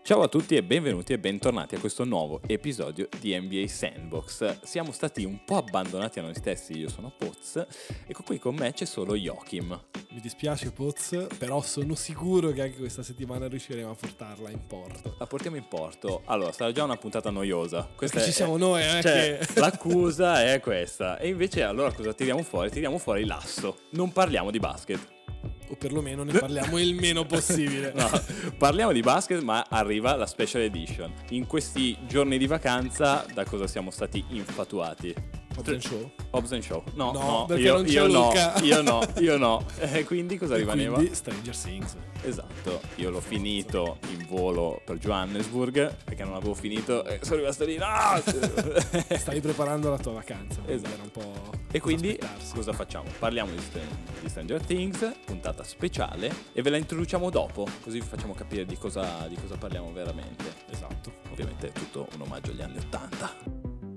Ciao a tutti e benvenuti e bentornati a questo nuovo episodio di NBA Sandbox. Siamo stati un po' abbandonati a noi stessi, io sono Poz e qui con me c'è solo Joachim. Mi dispiace Poz, però sono sicuro che anche questa settimana riusciremo a portarla in porto. La portiamo in porto. Allora, sarà già una puntata noiosa. Perché ci siamo noi, cioè, che... l'accusa è questa. E invece allora cosa tiriamo fuori? Tiriamo fuori l'asso. Non parliamo di basket. O perlomeno ne parliamo il meno possibile. No, parliamo di basket, ma arriva la special edition. In questi giorni di vacanza, da cosa siamo stati infatuati? Hobbs and Show? No, perché io, non c'è io Luca. io no. Quindi cosa rimaneva? Quindi Stranger Things. Esatto, io l'ho finito in volo per Johannesburg perché non avevo finito e sono rimasto lì. No! Stai preparando la tua vacanza. Esatto. Era un po'. E quindi cosa facciamo? Parliamo di Stranger Things, puntata speciale, e ve la introduciamo dopo, così vi facciamo capire di cosa parliamo veramente. Esatto. Ovviamente è tutto un omaggio agli anni '80.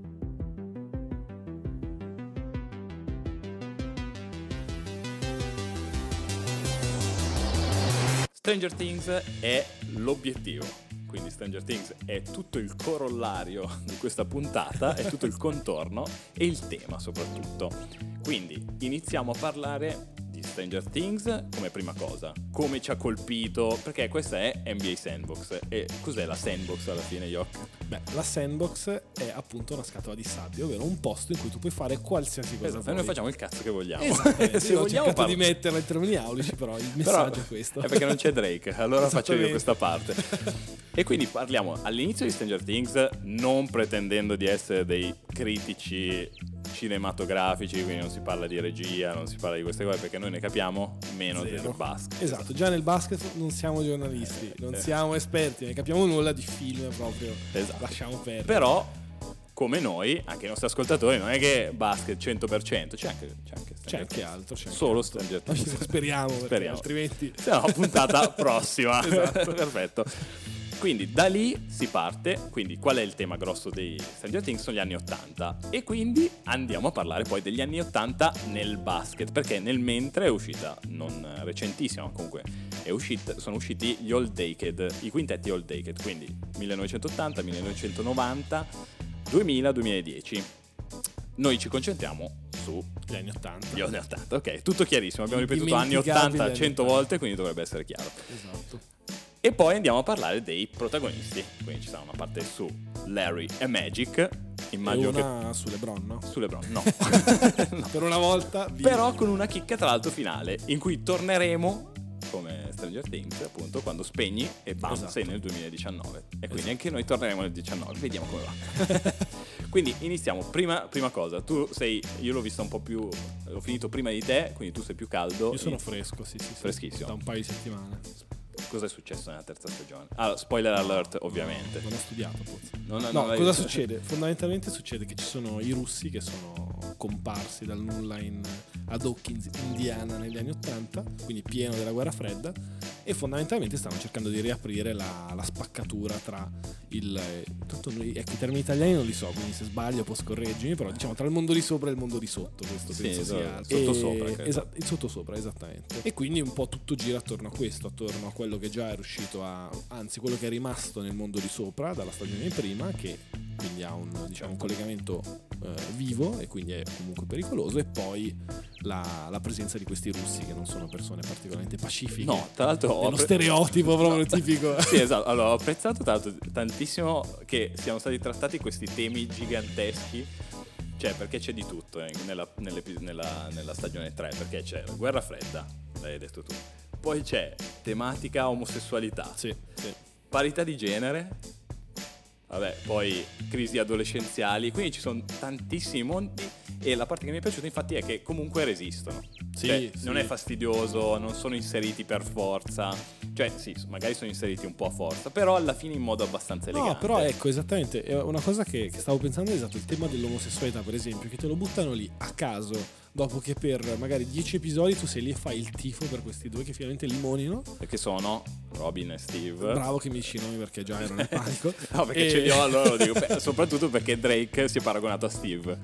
Stranger Things è l'obiettivo, quindi Stranger Things è tutto il corollario di questa puntata, è tutto il contorno e il tema soprattutto. Quindi iniziamo a parlare di Stranger Things come prima cosa, come ci ha colpito, perché questa è NBA Sandbox. E cos'è la Sandbox alla fine, Jock? Beh, la Sandbox è appunto una scatola di sabbia, ovvero un posto in cui tu puoi fare qualsiasi cosa. Esatto, noi facciamo il cazzo che vogliamo. Se io ho cercato di metterla in termini aulici, però il messaggio è questo. È perché non c'è Drake, allora faccio io questa parte. E quindi parliamo all'inizio di Stranger Things, non pretendendo di essere dei critici cinematografici, quindi non si parla di regia, non si parla di queste cose perché noi ne capiamo meno del basket. Esatto, già nel basket non siamo giornalisti, non siamo esperti, ne capiamo nulla di film proprio. Esatto. Lasciamo perdere. Però come noi, anche i nostri ascoltatori, non è che basket 100%, c'è anche altro, solo Stranger Things. Speriamo. Altrimenti se no, puntata prossima. Esatto. Perfetto. Quindi da lì si parte. Quindi qual è il tema grosso dei Stranger Things? Sono gli anni 80. E quindi andiamo a parlare poi degli anni 80 nel basket, perché nel mentre è uscita, non recentissima, ma comunque sono usciti gli All Decade, i quintetti All Decade, quindi 1980, 1990, 2000, 2010. Noi ci concentriamo sugli anni 80. Gli anni 80, ok, tutto chiarissimo. Abbiamo ripetuto anni 80 100 volte, quindi dovrebbe essere chiaro. Esatto. E poi andiamo a parlare dei protagonisti. Quindi ci sarà una parte su Larry e Magic. Immagino e una su LeBron, no? Su LeBron, no. No. Per una volta. Però con una chicca tra l'altro finale, in cui torneremo come Stranger Things, appunto, quando spegni e bam, esatto. Sei nel 2019. E quindi anche noi torneremo nel 2019. Vediamo come va. Quindi iniziamo. Prima cosa, io l'ho vista un po' più, l'ho finito prima di te, quindi tu sei più caldo. Io sono fresco, sì. Freschissimo. Da un paio di settimane. Cosa è successo nella terza stagione? Allora, spoiler alert, ovviamente. Non ho studiato, Pozzo. No, cosa succede? Fondamentalmente succede che ci sono i russi che sono comparsi dal nulla ad Hawkins, Indiana, negli anni 80, quindi pieno della guerra fredda, e fondamentalmente stanno cercando di riaprire la spaccatura tra tanto i termini italiani non li so, quindi se sbaglio può scorreggermi, però diciamo tra il mondo di sopra e il mondo di sotto, questo penso sia sottosopra, il sottosopra, esattamente. E quindi un po' tutto gira attorno a questo, attorno a quello che già è riuscito anzi quello che è rimasto nel mondo di sopra dalla stagione prima, che quindi ha un collegamento vivo e quindi è comunque pericoloso, e poi la presenza di questi russi che non sono persone particolarmente pacifiche. No, tra l'altro lo stereotipo proprio tipico. Sì, esatto. Allora, ho apprezzato tantissimo che siano stati trattati questi temi giganteschi. Cioè, perché c'è di tutto nella stagione 3, perché c'è la guerra fredda, l'hai detto tu. Poi c'è tematica omosessualità. Sì. Parità di genere. Vabbè, poi crisi adolescenziali, quindi ci sono tantissimi mondi, e la parte che mi è piaciuta infatti è che comunque resistono. Non è fastidioso, non sono inseriti per forza, cioè sì, magari sono inseriti un po' a forza, però alla fine in modo abbastanza elegante. No, però ecco, esattamente, è una cosa che stavo pensando è esatto, il tema dell'omosessualità, per esempio, che te lo buttano lì a caso, dopo che per magari 10 episodi tu sei lì e fai il tifo per questi due che finalmente limonino. Perché sono Robin e Steve. Bravo che mi dici i nomi perché già ero nel panico. No, perché ce li ho, allora lo dico. Soprattutto perché Drake si è paragonato a Steve.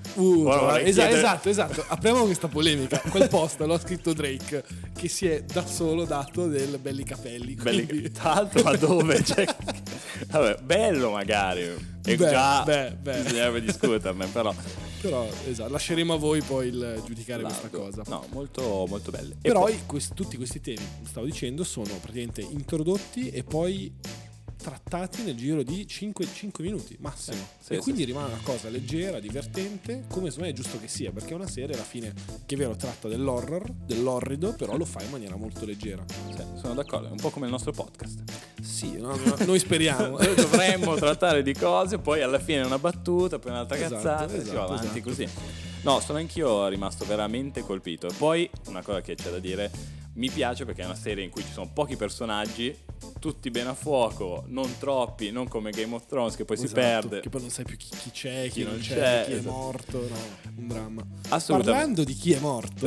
Esatto. Apriamo questa polemica. Quel post l'ho scritto Drake, che si è da solo dato del belli capelli. Tra l'altro, ma dove? Vabbè, bello magari. E già bisognerebbe discuterne, però esatto, lasceremo a voi poi il giudicare Esatto. questa cosa. No, molto, molto belli. E Però poi- tutti questi temi, stavo dicendo, sono praticamente introdotti e poi trattati nel giro di 5 minuti massimo. Sì, E sì, quindi sì. rimane una cosa leggera, divertente, come secondo me è giusto che sia, perché è una serie alla fine che è vero tratta dell'horror, dell'orrido, però lo fa in maniera molto leggera. sì, sono d'accordo, è un po' come il nostro podcast. Sì, noi speriamo. Noi dovremmo trattare di cose, poi alla fine una battuta, poi un'altra Esatto, cazzata, e si va avanti esatto. così. No, sono anch'io rimasto veramente colpito. E poi una cosa che c'è da dire, mi piace perché è una serie in cui ci sono pochi personaggi, tutti bene a fuoco, non troppi, non come Game of Thrones che poi si Esatto, perde. che poi non sai più chi c'è, chi non c'è, c'è, chi è esatto. morto, no, un dramma. Assolutamente. Parlando di chi è morto,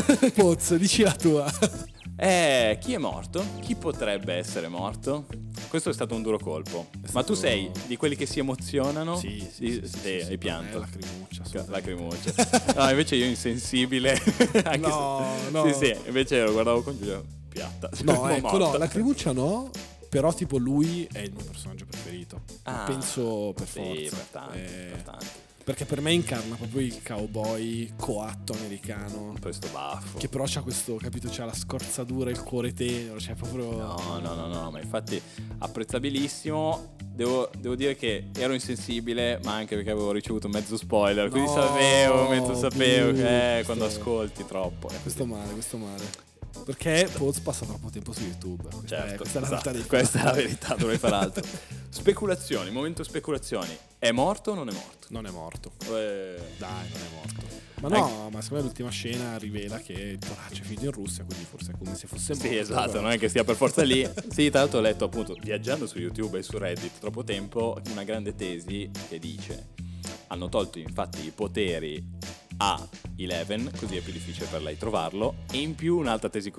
Poz, dici la tua. Chi è morto? Chi potrebbe essere morto? Questo è stato un duro colpo. Ma tu sei di quelli che si emozionano? Sì, hai pianto. Lacrimuccia. Lacrimuccia. No, invece io insensibile. Anche No, se, no. Sì, invece lo guardavo con Giulio piatta. No, ecco, no, Morta. lacrimuccia no, però tipo lui è il mio personaggio preferito. Ah, Penso per sì, forza. per tanti, per tanti. Perché per me incarna proprio il cowboy coatto americano. Poi sto baffo. Che però c'ha questo, capito, c'ha la scorzadura, il cuore tenero, cioè proprio... No, ma infatti apprezzabilissimo. Devo dire che ero insensibile, ma anche perché avevo ricevuto mezzo spoiler, quindi No, sapevo che brutto. quando ascolti troppo. Questo male. Perché Poz passa troppo tempo su YouTube. Certo, Questa è la verità dei questa è la fatti. verità, dovrei fare altro. Speculazioni, momento speculazioni. È morto o non è morto? Non è morto. Eh, Dai, non è morto. Ma no, ma secondo me l'ultima scena rivela che il poraccio è finito in Russia, quindi forse è come se fosse morto. Sì, esatto, però- non è che stia per forza lì. Sì, tra l'altro ho letto appunto, viaggiando su YouTube e su Reddit troppo tempo, una grande tesi che dice: hanno tolto infatti i poteri a Eleven, così è più difficile per lei trovarlo, e in più un'altra tesi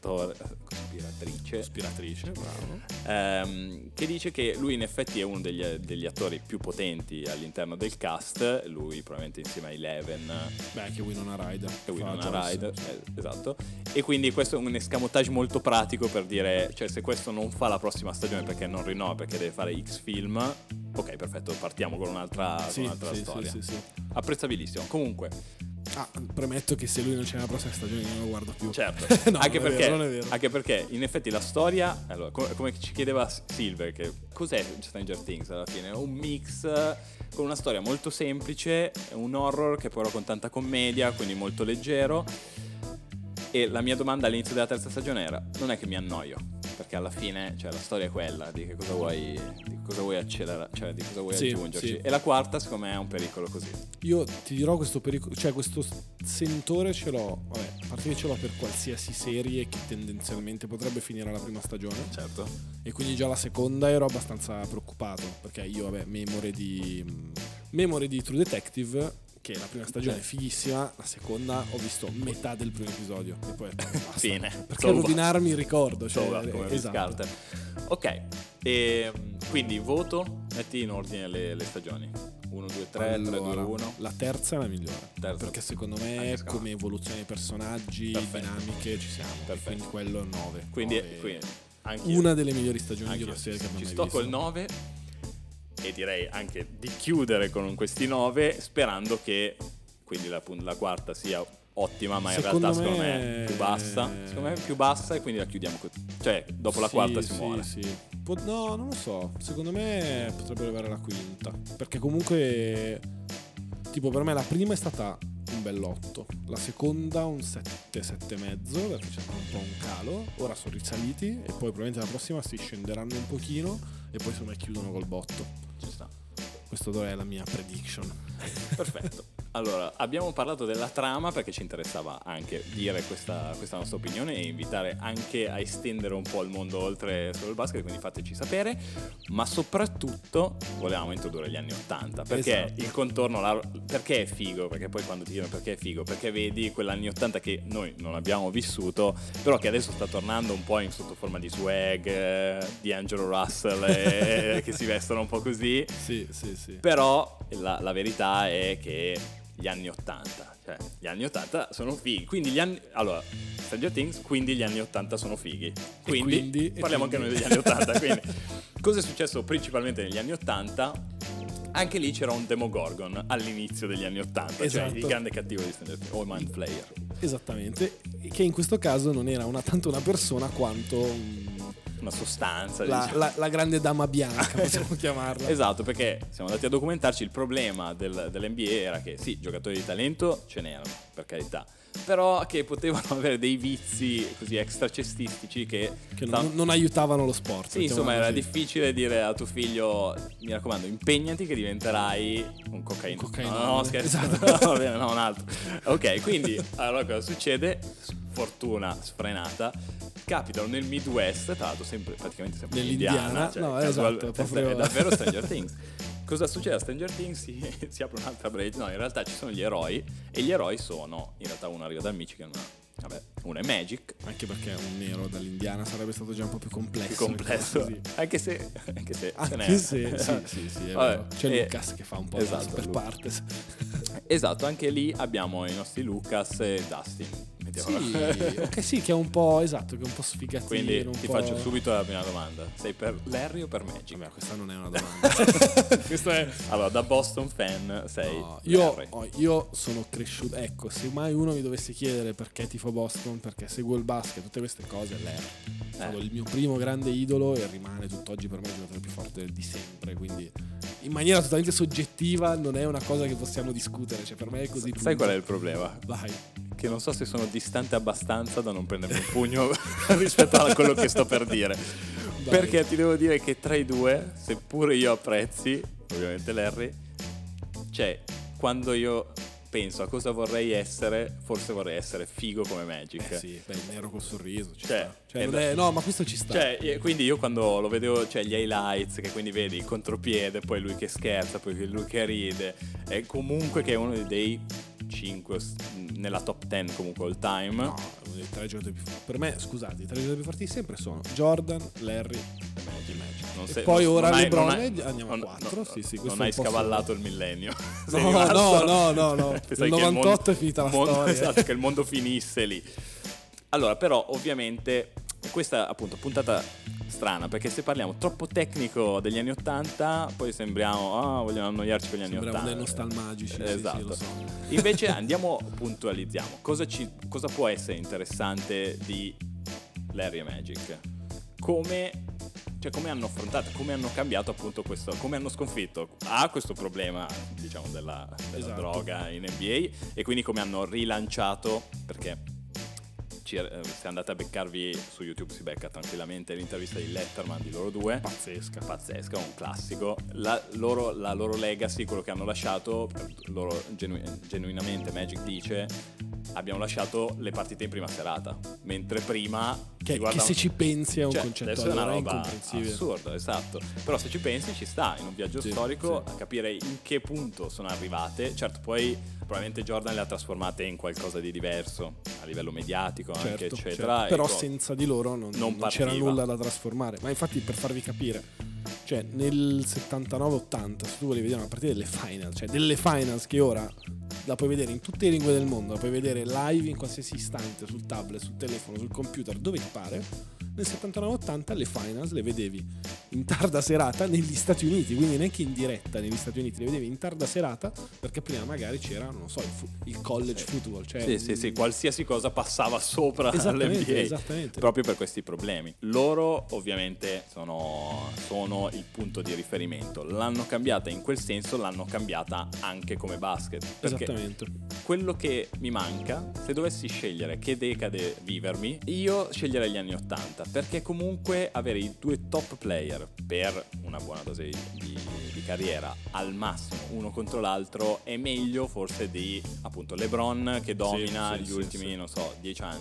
Ispiratrice, bravo. che dice che lui in effetti è uno degli attori più potenti all'interno del cast, lui probabilmente insieme a Eleven Beh, anche Winona Ryder. e Winona Fa Joyce. Ryder, esatto, e quindi questo è un escamotage molto pratico per dire, cioè se questo non fa la prossima stagione perché non rinnova, perché deve fare X film, ok, perfetto, partiamo con un'altra Sì, storia. sì. Apprezzabilissimo. Comunque, Premetto che se lui non c'è nella prossima stagione io non lo guardo più. certo, No, anche, non è perché, vero, non è vero. anche perché in effetti la storia, allora, come ci chiedeva Silver, che cos'è Stranger Things alla fine? È un mix con una storia molto semplice, un horror che però con tanta commedia, quindi molto leggero. E la mia domanda all'inizio della terza stagione era: non è che mi annoio? Perché alla fine, cioè, la storia è quella, di che cosa vuoi accelerare, cioè di cosa vuoi Sì, aggiungerci. sì. E la quarta, secondo me, è un pericolo così. Io ti dirò questo pericolo, cioè questo sentore ce l'ho, vabbè, a parte che ce l'ho per qualsiasi serie che tendenzialmente potrebbe finire alla prima stagione. Certo. E quindi già la seconda ero abbastanza preoccupato, perché io, vabbè, memoria di True Detective, che la prima stagione è fighissima, la seconda ho visto metà del primo episodio e poi ho detto, basta. Fine. Perché rovinarmi il ricordo, So, cioè, come esatto. Carter. Ok, e quindi voto, metti in ordine le stagioni. 1, 2, 3, 3, 2, Allora, 1. la terza è la migliore, Terza. perché secondo Anche me secondo come evoluzione dei personaggi, Perfetto. dinamiche ci siamo. E Perfetto. quindi quello è un 9. Quindi anch'io. Una delle migliori stagioni di Anch'io. una serie che abbiamo Ci mai sto visto. col 9 e direi anche di chiudere con questi 9 sperando che quindi la quarta sia ottima, ma in Secondo realtà secondo me me è più bassa. Secondo me è più bassa e quindi la chiudiamo così. Cioè, dopo la quarta si muore. Sì. No, non lo so. Secondo me potrebbe arrivare la quinta. Perché comunque, tipo, per me la prima è stata un bell'8, la seconda un 7, 7,5, perché c'è stato un po' un calo. Ora sono risaliti e poi probabilmente la prossima si scenderanno un pochino e poi secondo me chiudono col botto. Ci sta. Questa è la mia prediction. Perfetto. Allora, abbiamo parlato della trama perché ci interessava anche dire questa nostra opinione e invitare anche a estendere un po' il mondo oltre solo il basket, quindi fateci sapere, ma soprattutto volevamo introdurre gli anni 80, perché Esatto. il contorno, perché è figo, perché poi quando ti chiedono perché è figo, perché vedi quell'anni 80 che noi non abbiamo vissuto, però che adesso sta tornando un po' in sotto forma di swag, di Angelo Russell, che si vestono un po' così. Sì. Però la verità è che gli anni 80, cioè gli anni 80 sono fighi, quindi allora Stranger Things, quindi gli anni 80 sono fighi, quindi parliamo anche noi degli anni 80. Quindi cosa è successo principalmente negli anni 80? Anche lì c'era un Demogorgon all'inizio degli anni 80, esatto. Cioè il grande cattivo di Stranger Things, o Mind Flayer. Esattamente, che in questo caso non era tanto una persona quanto una sostanza, la grande dama bianca, possiamo chiamarla. Esatto, perché siamo andati a documentarci. Il problema dell'NBA era che sì, giocatori di talento ce n'erano, per carità, però che potevano avere dei vizi così extracestistici che non aiutavano lo sport. Sì, insomma, era difficile dire a tuo figlio: mi raccomando, impegnati che diventerai un cocainone. No, scherzo. Esatto. Va bene, no, un altro. Ok, quindi allora cosa succede? Fortuna sfrenata. Capitano nel Midwest, tra l'altro praticamente sempre nell'Indiana, cioè, no, esatto, è davvero Stranger Things. Cosa succede a Stranger Things? Si apre un'altra break. No, in realtà ci sono gli eroi, e gli eroi sono, in realtà uno arriva dal Michigan, uno è Magic. Anche perché un nero dall'Indiana sarebbe stato già un po' più complesso. Anche se sì, è vero. C'è Lucas che fa un po' per parte. Esatto, anche lì abbiamo i nostri Lucas e Dustin. Sì, che è un po' esatto, che è un po' sfigatino. Quindi ti faccio subito la prima domanda: sei per Larry o per Magic? Beh, questa non è una domanda. Questa è... Allora, da Boston fan sei io sono cresciuto, ecco, se mai uno mi dovesse chiedere perché tifo Boston, perché seguo il basket, tutte queste cose, Larry è stato il mio primo grande idolo e rimane tutt'oggi per me il giocatore più forte di sempre, quindi in maniera totalmente soggettiva non è una cosa che possiamo discutere, cioè per me è così. Sai qual è il problema? Vai. Che non so se sono distante abbastanza da non prendermi un pugno rispetto a quello che sto per dire. Vai. Perché ti devo dire che tra i due, seppure io apprezzi ovviamente Larry, cioè quando io penso a cosa vorrei essere, forse vorrei essere figo come Magic. Sì, il nero col sorriso no, ma questo ci sta. Cioè, quindi io quando lo vedevo, cioè gli highlights, che quindi vedi il contropiede, poi lui che scherza, poi lui che ride, e comunque che è uno dei 5 nella top 10 comunque all time. No, uno dei 3 giocatori più forti. Per me, scusate, i 3 giocatori più forti sempre sono Jordan, Larry e Magic. Poi ora LeBron andiamo a 4. Non hai scavallato il millennio. No. Il 98 è finita la storia. Esatto, che il mondo finisse lì. Allora, però, ovviamente, questa appunto puntata strana, perché se parliamo troppo tecnico degli anni 80 poi sembriamo vogliamo annoiarci con gli anni 80, dei nostalmagici. Esatto. Sì, lo so. Invece andiamo, puntualizziamo cosa può essere interessante di Larry e Magic, come hanno affrontato, come hanno cambiato appunto questo, come hanno sconfitto questo problema, diciamo, della esatto. droga in NBA, e quindi come hanno rilanciato, perché se andate a beccarvi su YouTube si becca tranquillamente l'intervista di Letterman di loro due, pazzesca, un classico. La loro legacy, quello che hanno lasciato, loro genuinamente Magic dice: abbiamo lasciato le partite in prima serata, mentre prima che se ci pensi è un concetto è una roba assurda, esatto, però se ci pensi ci sta in un viaggio storico a capire in che punto sono arrivate. Certo, poi probabilmente Jordan le ha trasformate in qualcosa di diverso a livello mediatico, anche eccetera, però senza di loro non c'era nulla da trasformare. Ma infatti, per farvi capire, cioè nel 79-80, se tu volevi vedere una partita delle finals che ora la puoi vedere in tutte le lingue del mondo, la puoi vedere live in qualsiasi istante, sul tablet, sul telefono, sul computer, dove ti pare. Nel 79-80 le finals le vedevi in tarda serata negli Stati Uniti, quindi neanche in diretta negli Stati Uniti, le vedevi in tarda serata, perché prima magari c'era, non so, il college football, cioè sì, qualsiasi cosa passava sopra l'NBA, esattamente, proprio per questi problemi. Loro ovviamente sono il punto di riferimento, l'hanno cambiata in quel senso, l'hanno cambiata anche come basket, perché quello che mi manca, se dovessi scegliere che decade vivermi, io sceglierei gli anni 80, perché comunque avere i due top player per una buona dose di carriera al massimo uno contro l'altro è meglio forse di appunto LeBron che domina gli ultimi non so 10 anni,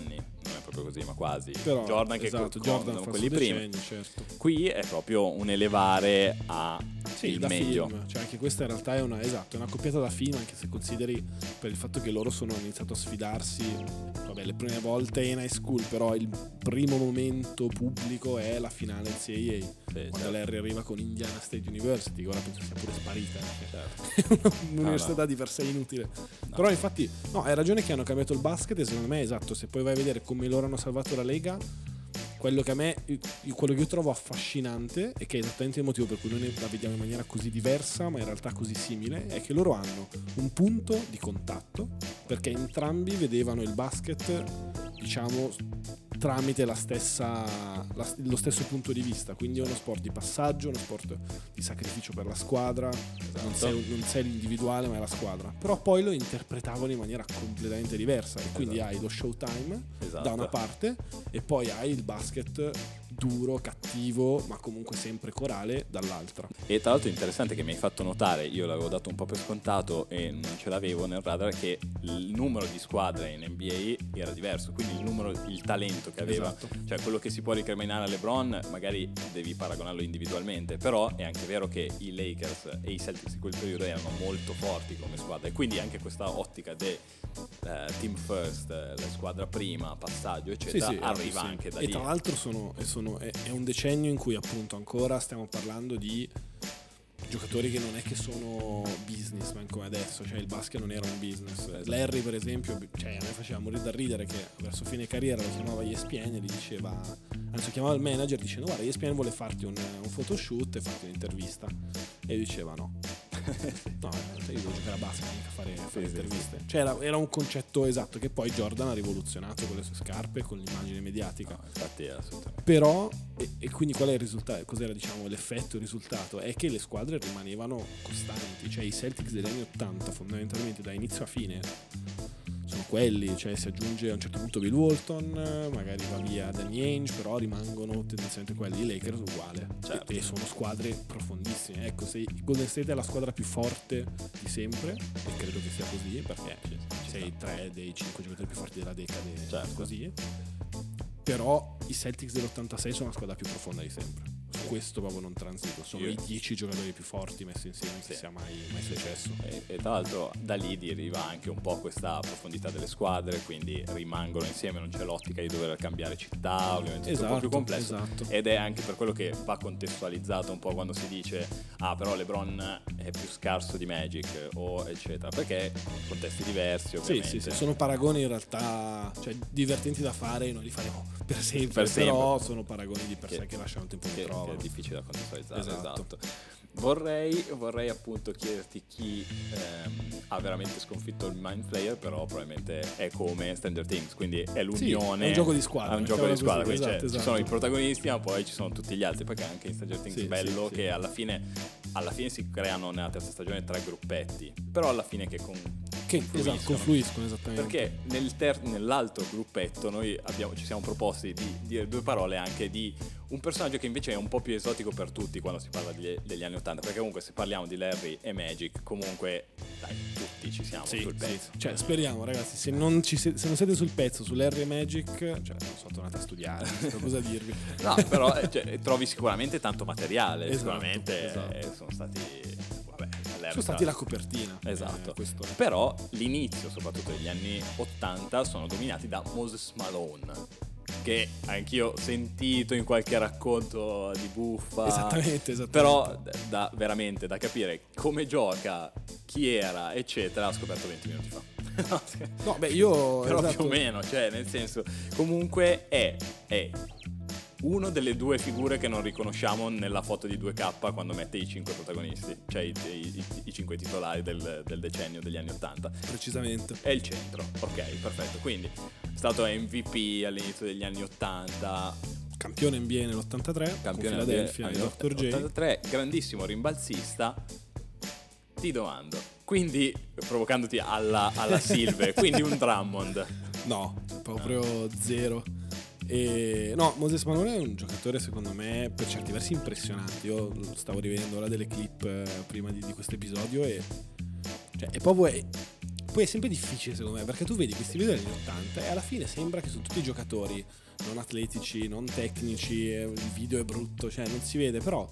non è proprio così, ma quasi. Però, Jordan che esatto, con Jordan fa quelli il suo primi. decennio, certo. Qui è proprio un elevare a il da meglio. film, cioè anche questa in realtà è una accoppiata da film, anche se consideri per il fatto che loro hanno iniziato a sfidarsi, vabbè, le prime volte in high school, però il primo momento pubblico è la finale NCAA, quando certo. Larry arriva con Indiana State University, che ora penso sia pure sparita, Certo. un'università di per sé inutile. Però infatti, no, hai ragione che hanno cambiato il basket e secondo me è esatto, se poi vai a vedere come loro hanno salvato la Lega, quello che io trovo affascinante e che è esattamente il motivo per cui noi la vediamo in maniera così diversa ma in realtà così simile, è che loro hanno un punto di contatto, perché entrambi vedevano il basket, diciamo, tramite lo stesso punto di vista, quindi è uno sport di passaggio, uno sport di sacrificio per la squadra, Esatto. non sei l'individuale ma è la squadra, però poi lo interpretavano in maniera completamente diversa e quindi hai lo showtime Esatto. da una parte e poi hai il basket duro, cattivo, ma comunque sempre corale dall'altra. E tra l'altro è interessante che mi hai fatto notare, io l'avevo dato un po' per scontato e non ce l'avevo nel radar, che il numero di squadre in NBA era diverso, quindi il talento che aveva, Esatto. cioè quello che si può ricriminare a LeBron magari devi paragonarlo individualmente, però è anche vero che i Lakers e i Celtics in quel periodo erano molto forti come squadra e quindi anche questa ottica del team first, la squadra prima, passaggio eccetera, Sì, arriva sì. anche da e lì. tra l'altro è un decennio in cui appunto ancora stiamo parlando di giocatori che non è che sono businessman come adesso, cioè il basket non era un business. Larry per esempio, cioè a me faceva morire da ridere che verso fine carriera lo chiamava ESPN e gli diceva, anzi chiamava il manager dicendo guarda ESPN vuole farti un photoshoot e farti un'intervista e lui diceva no, io devo giocare a basket, mica fare interviste. Cioè era un concetto esatto che poi Jordan ha rivoluzionato con le sue scarpe, con l'immagine mediatica. No, infatti assolutamente. Però, e quindi qual è il risultato? Cos'era diciamo l'effetto, il risultato? È che le squadre rimanevano costanti, cioè i Celtics degli anni 80 fondamentalmente da inizio a fine sono quelli, cioè si aggiunge a un certo punto Bill Walton, magari va via Danny Ainge, però rimangono tendenzialmente quelli. I Lakers uguale, certo. e sono squadre profondissime. Ecco, se Golden State è la squadra più forte di sempre, e credo che sia così, perché sei 3 dei 5 giocatori più forti della decade, certo. Così. Però i Celtics dell'86 sono la squadra più profonda di sempre. Su questo proprio non transito. Sono i 10 giocatori più forti messi insieme che sia mai successo. E tra l'altro da lì deriva anche un po' questa profondità delle squadre, quindi rimangono insieme, non c'è l'ottica di dover cambiare città, ovviamente è un po' più complesso. Esatto. Ed è anche per quello che va contestualizzato un po' quando si dice però LeBron è più scarso di Magic o eccetera, perché contesti diversi ovviamente. Sì, sono paragoni in realtà, cioè, divertenti da fare, noi li faremo per sempre. Però sono paragoni di per sé che lasciano tempo di trovare. Che è difficile da contestualizzare, Esatto. Vorrei appunto chiederti chi ha veramente sconfitto il Mind Flayer, però probabilmente è come Stranger Things, quindi è l'unione. È un gioco di squadra. È un gioco di squadra, così, quindi esatto. ci sono i protagonisti, ma poi ci sono tutti gli altri, perché anche in Stranger Things è bello che alla fine si creano nella terza stagione 3 gruppetti, però alla fine che confluiscono esattamente. Perché nell'altro gruppetto noi ci siamo proposti di dire due parole anche di un personaggio che invece è un po' più esotico per tutti quando si parla degli anni 80, perché comunque se parliamo di Larry e Magic comunque dai, tutti ci siamo sul pezzo. Cioè speriamo ragazzi, se non siete sul pezzo su Larry e Magic, cioè non so, tornate a studiare, non so cosa dirvi. No, però trovi sicuramente tanto materiale, Esatto, sicuramente esatto. Sono stati sono stati la copertina. Esatto. Però l'inizio soprattutto degli anni 80 sono dominati da Moses Malone, che anch'io ho sentito in qualche racconto di buffa. Esattamente. Però veramente da capire come gioca, chi era, eccetera, ho scoperto 20 minuti fa. No, beh, io però esatto. più o meno, cioè nel senso, comunque è uno delle due figure che non riconosciamo nella foto di 2K quando mette i 5 protagonisti, cioè i 5 titolari del decennio degli anni 80. Precisamente. È il centro, ok, perfetto. Quindi è stato MVP all'inizio degli anni 80, campione NBA nell'83, con Philadelphia e Dr. J. 83, grandissimo rimbalzista. Ti domando, quindi provocandoti alla Silve, quindi un Drummond? No, proprio zero. No, Moses Malone è un giocatore secondo me per certi versi impressionante. Io stavo rivedendo ora delle clip prima di questo episodio e cioè è proprio poi è sempre difficile secondo me, perché tu vedi questi video degli anni 80 e alla fine sembra che sono tutti giocatori non atletici, non tecnici, il video è brutto, cioè non si vede, però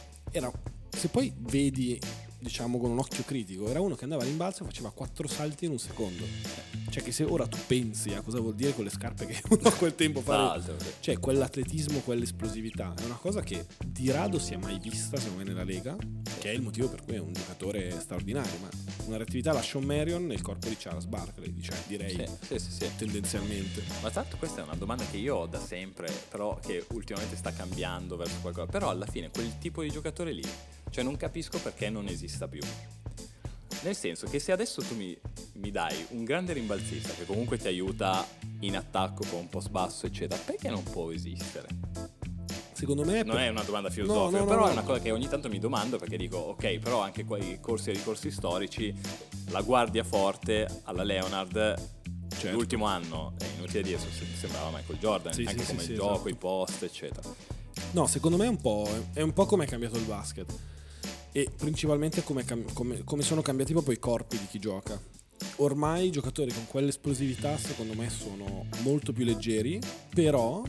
se poi vedi, diciamo, con un occhio critico, era uno che andava a rimbalzo e faceva 4 salti in un secondo. Cioè che se ora tu pensi a cosa vuol dire con le scarpe che uno a quel tempo fa, cioè quell'atletismo, quell'esplosività, è una cosa che di rado si è mai vista secondo me nella Lega, che è il motivo per cui è un giocatore straordinario. Ma una reattività la Shawn Marion nel corpo di Charles Barkley, direi sì. tendenzialmente. Ma tanto questa è una domanda che io ho da sempre, però che ultimamente sta cambiando verso qualcosa. Però alla fine quel tipo di giocatore lì, cioè non capisco perché non esista più. Nel senso che se adesso tu mi dai un grande rimbalzista che comunque ti aiuta in attacco con un post basso eccetera, perché non può esistere? Secondo me non è una domanda filosofica, però è una cosa che ogni tanto mi domando, perché dico ok, però anche quei corsi e ricorsi storici, la guardia forte alla Leonard, certo, l'ultimo anno è inutile dire, sembrava Michael Jordan, anche come gioco, esatto, i post eccetera. No, secondo me è un po' come è cambiato il basket, e principalmente come sono cambiati proprio i corpi di chi gioca. Ormai i giocatori con quell'esplosività secondo me sono molto più leggeri, però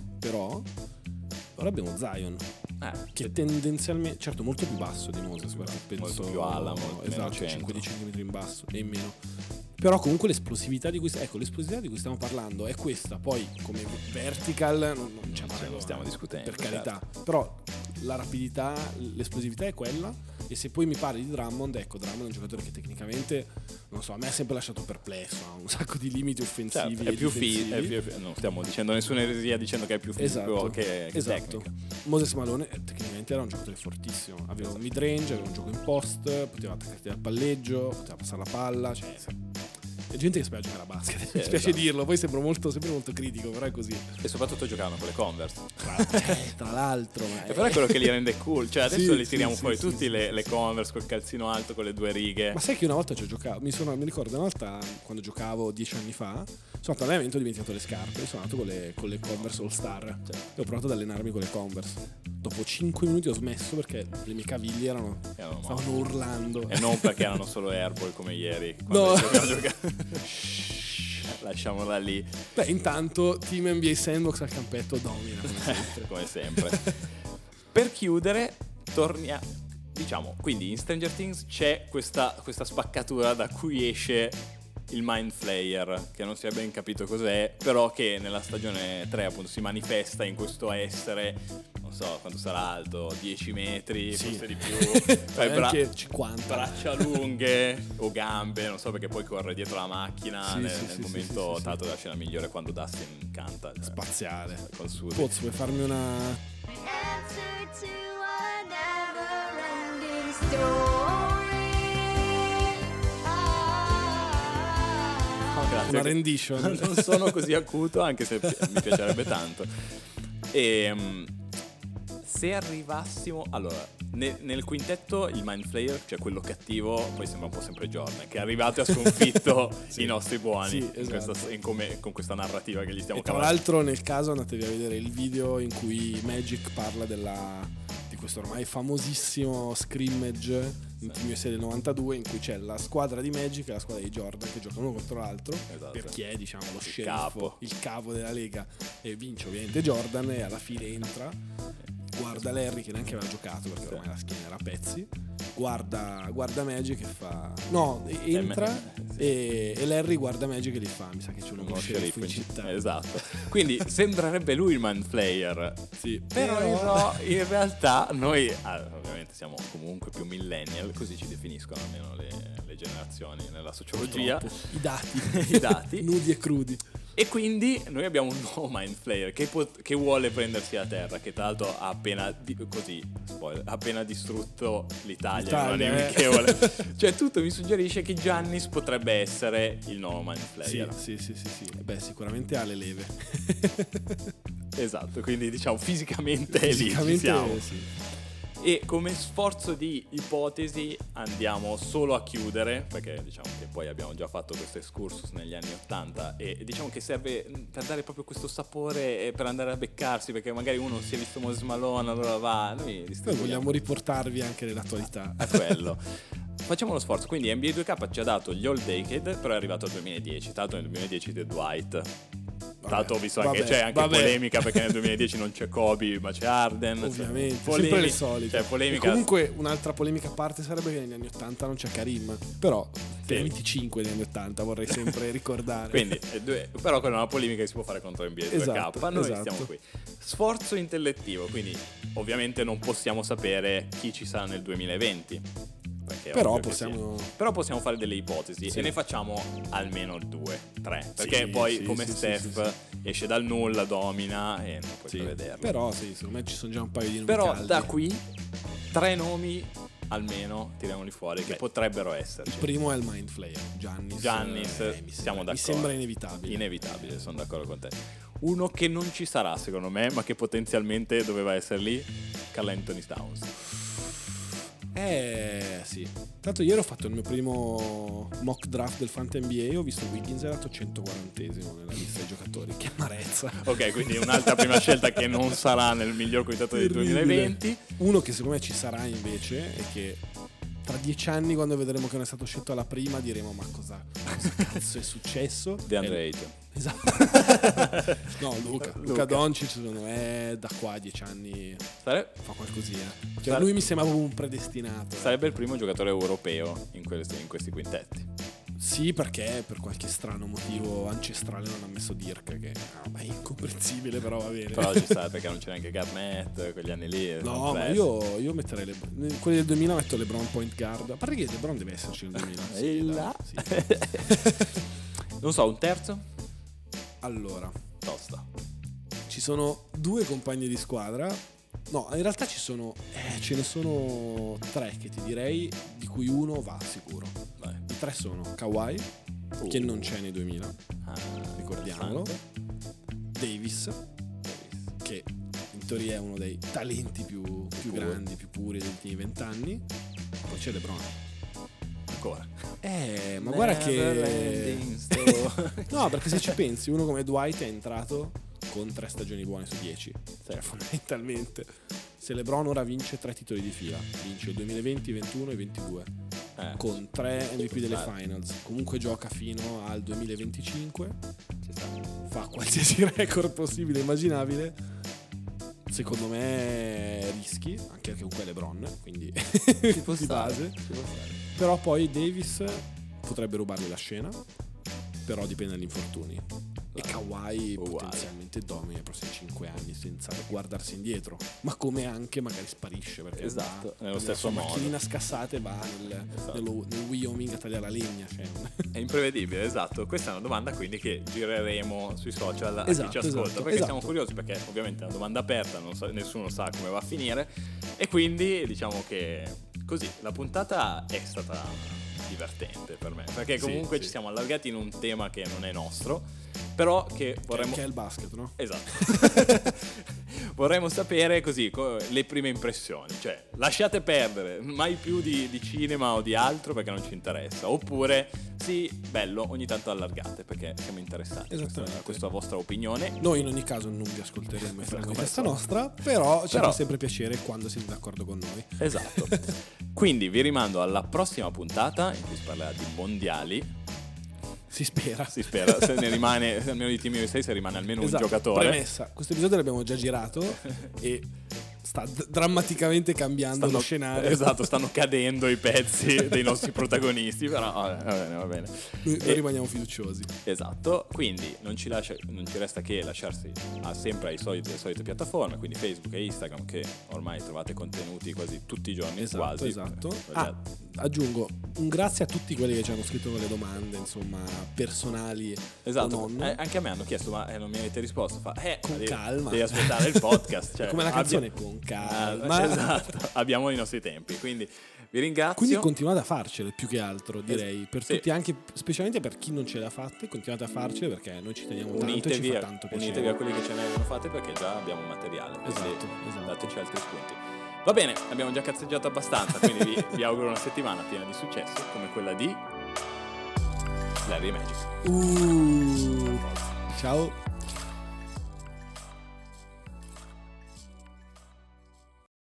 ora abbiamo Zion, che tendenzialmente, certo, molto più basso di Moses, penso, molto più ala, esatto, 5 centimetri in basso e in meno. Però comunque l'esplosività di cui stiamo parlando è questa. Poi come vertical non c'è paragone, stiamo discutendo, per carità, certo. Però la rapidità, l'esplosività è quella. E se poi mi parli di Drummond, Drummond è un giocatore che tecnicamente, non so, a me ha sempre lasciato perplesso, ha un sacco di limiti offensivi, certo, è più non stiamo dicendo nessuna eresia dicendo che è più fisico, che tecnica. Moses Malone tecnicamente era un giocatore fortissimo, aveva un mid range, aveva un gioco in post, poteva attaccarti al palleggio, poteva passare la palla, cioè è gente che spera giocare a basket, mi spiace dirlo, poi sembro sempre molto critico, però è così. E soprattutto giocavano con le Converse. Tra l'altro. E però è quello che li rende cool, cioè adesso li tiriamo fuori tutti le Converse col calzino alto, con le 2 righe. Ma sai che una volta ci ho giocato, mi ricordo una volta quando giocavo 10 anni fa, sono andato all'allenamento, ho dimenticato le scarpe, sono andato con le Converse All Star, e ho provato ad allenarmi con le Converse. Dopo 5 minuti ho smesso perché le mie caviglie stavano urlando. E non perché erano solo airball come ieri, quando giocare. Lasciamola lì. Beh, intanto Team NBA Sandbox al campetto domina come sempre. Per chiudere, torniamo, diciamo, quindi in Stranger Things c'è questa spaccatura da cui esce il Mind Flayer, che non si è ben capito cos'è, però che nella stagione 3 appunto si manifesta in questo essere, non so quanto sarà alto, 10 metri, forse di più, anche 50, braccia lunghe o gambe, non so, perché poi corre dietro la macchina nel momento tanto della scena migliore, quando Dustin canta spaziale con Suzy. Pozzo, vuoi farmi una una rendition? Non sono così acuto, anche se mi piacerebbe tanto. E se arrivassimo, allora, nel quintetto il Mind Flayer, cioè quello cattivo, poi sembra un po' sempre Jordan, che è arrivato e ha sconfitto i nostri buoni, esatto, con questa narrativa che gli stiamo cavando. Tra l'altro, nel caso, andatevi a vedere il video in cui Magic parla di questo ormai famosissimo scrimmage in Team USA del 92, in cui c'è la squadra di Magic e la squadra di Jordan che giocano uno contro l'altro, per chi è, diciamo, lo sceriffo, il capo della lega, e vince ovviamente Jordan, e alla fine entra, guarda Larry che neanche aveva giocato perché ormai la schiena era a pezzi, guarda Magic e fa entra e Larry guarda Magic e gli fa: mi sa che c'è uno sceriffo in città. Esatto. Quindi sembrerebbe lui il Mind Flayer, però in realtà noi ovviamente siamo comunque più millennial, così ci definiscono almeno le generazioni nella sociologia. Purtroppo. I dati nudi e crudi. E quindi noi abbiamo un nuovo Mind Flayer che vuole prendersi la terra, che tra l'altro ha appena appena distrutto l'Italia in un amichevole. Cioè tutto mi suggerisce che Giannis potrebbe essere il nuovo Mind Flayer. Sì. Beh, sicuramente ha le leve. Esatto, quindi diciamo fisicamente lì ci siamo. Sì. E come sforzo di ipotesi andiamo solo a chiudere, perché diciamo che poi abbiamo già fatto questo excursus negli anni 80 e diciamo che serve per dare proprio questo sapore e per andare a beccarsi, perché magari uno si è visto Moses Malone, allora va, noi vogliamo riportarvi anche nell'attualità a quello. Facciamo lo sforzo, quindi NBA 2K ci ha dato gli All Decade, però è arrivato al 2010, tra l'altro nel 2010 The Dwight. Tanto ho visto anche c'è anche polemica perché nel 2010 non c'è Kobe ma c'è Harden, ovviamente sempre le solite, cioè, polemica. E comunque un'altra polemica a parte sarebbe che negli anni 80 non c'è Karim, però sì. Nei 25 degli anni 80 vorrei sempre ricordare. Quindi però quella è una polemica che si può fare contro NBA 2K. Noi stiamo qui. Sforzo intellettivo, quindi ovviamente non possiamo sapere chi ci sarà nel 2020. Però possiamo fare delle ipotesi e ne facciamo almeno 2, 3, perché come Steph esce dal nulla, domina e non puoi prevederlo. Però secondo me ci sono già un paio di nomi però caldi. Da qui 3 nomi almeno tiriamoli fuori che potrebbero esserci. Il primo è il Mind Flayer, Giannis, siamo d'accordo. Mi sembra inevitabile. Inevitabile, sono d'accordo con te. Uno che non ci sarà secondo me, ma che potenzialmente doveva essere lì, Karl Anthony Towns. Sì. Tanto ieri ho fatto il mio primo mock draft del Fanta NBA. Ho visto Wiggins è dato 140esimo nella lista dei giocatori. Che amarezza. Ok, quindi un'altra prima scelta che non sarà nel miglior comittato del 2020. Uno che secondo me ci sarà invece è che tra 10 anni, quando vedremo che non è stato scelto alla prima, diremo ma cosa cazzo è successo? DeAndre Ayton. Esatto. No, Luka Doncic secondo me da qua a 10 anni fa qualcosina. Cioè, lui mi sembra proprio un predestinato. Sarebbe il primo giocatore europeo in questi quintetti. Sì, perché per qualche strano motivo ancestrale non ha messo Dirk, che è incomprensibile, però va bene. Però ci sta, perché non c'è neanche Garnett, quegli anni lì. No, ma io metterei quelli del 2000 metto LeBron point guard. A parte che LeBron deve esserci nel 2000. Non so, un terzo? Allora, tosta. Ci sono 2 compagni di squadra. No, in realtà ce ne sono 3 che ti direi, di cui uno va sicuro. Vai. I 3 sono Kawhi, che non c'è nei 2000, ricordiamolo. Davis, che in teoria è uno dei talenti più grandi, più puri degli ultimi 20 anni. Poi c'è LeBron. Ancora. Ma guarda che no, perché se ci pensi, uno come Dwight è entrato con 3 stagioni buone su 10. Cioè, fondamentalmente, se LeBron ora vince 3 titoli di fila, vince il 2020, 21 e 22, con 3 MVP delle finals, comunque gioca fino al 2025, fa qualsiasi record possibile e immaginabile, secondo me rischi, anche perché comunque è LeBron, quindi ci può di base. Però poi Davis potrebbe rubargli la scena, però dipende dagli infortuni. E Kawhi potenzialmente domina i prossimi 5 anni senza guardarsi indietro, ma come anche magari sparisce, perché nello stesso modo, macchinina scassata e va nel Wyoming a tagliare la legna, cioè. È imprevedibile, esatto. Questa è una domanda quindi che gireremo sui social a chi ci ascolta, perché siamo curiosi, perché ovviamente è una domanda aperta, nessuno sa come va a finire, e quindi diciamo che così la puntata è stata divertente per me, perché comunque ci siamo allargati in un tema che non è nostro, però che vorremmo... Che è il basket, no? Esatto. Vorremmo sapere così le prime impressioni, cioè lasciate perdere, mai più di cinema o di altro perché non ci interessa, oppure sì, bello, ogni tanto allargate perché siamo interessati a questa vostra opinione. Noi in ogni caso non vi ascolteremo e faremo questa nostra, però ci fa sempre piacere quando siete d'accordo con noi. Esatto. Quindi vi rimando alla prossima puntata in cui si parlerà di mondiali. Si spera. Se ne rimane, almeno di Team USA, se rimane almeno un giocatore. Premessa, questo episodio l'abbiamo già girato e sta drammaticamente cambiando lo scenario. Esatto, stanno cadendo i pezzi dei nostri protagonisti, però va bene. Noi rimaniamo fiduciosi. Esatto, quindi non ci resta che lasciarsi sempre alle solite piattaforme, quindi Facebook e Instagram, che ormai trovate contenuti quasi tutti i giorni. Quasi. Esatto. Aggiungo un grazie a tutti quelli che ci hanno scritto con le domande, insomma, personali. Esatto. O non. Anche a me hanno chiesto, ma non mi avete risposto. Con calma. Devi aspettare il podcast. Cioè, come la canzone, con calma. Esatto, abbiamo i nostri tempi, quindi vi ringrazio. Quindi continuate a farcele, più che altro, direi. Per tutti, anche specialmente per chi non ce l'ha fatte, continuate a farcele perché noi ci teniamo tanto e ci fa tanto piacere. Unitevi a quelli che ce ne avevano fatte perché già abbiamo materiale. Esatto. Dateci altri spunti. Va bene, abbiamo già cazzeggiato abbastanza, quindi vi auguro una settimana piena di successo come quella di Larry e Magic. Ciao.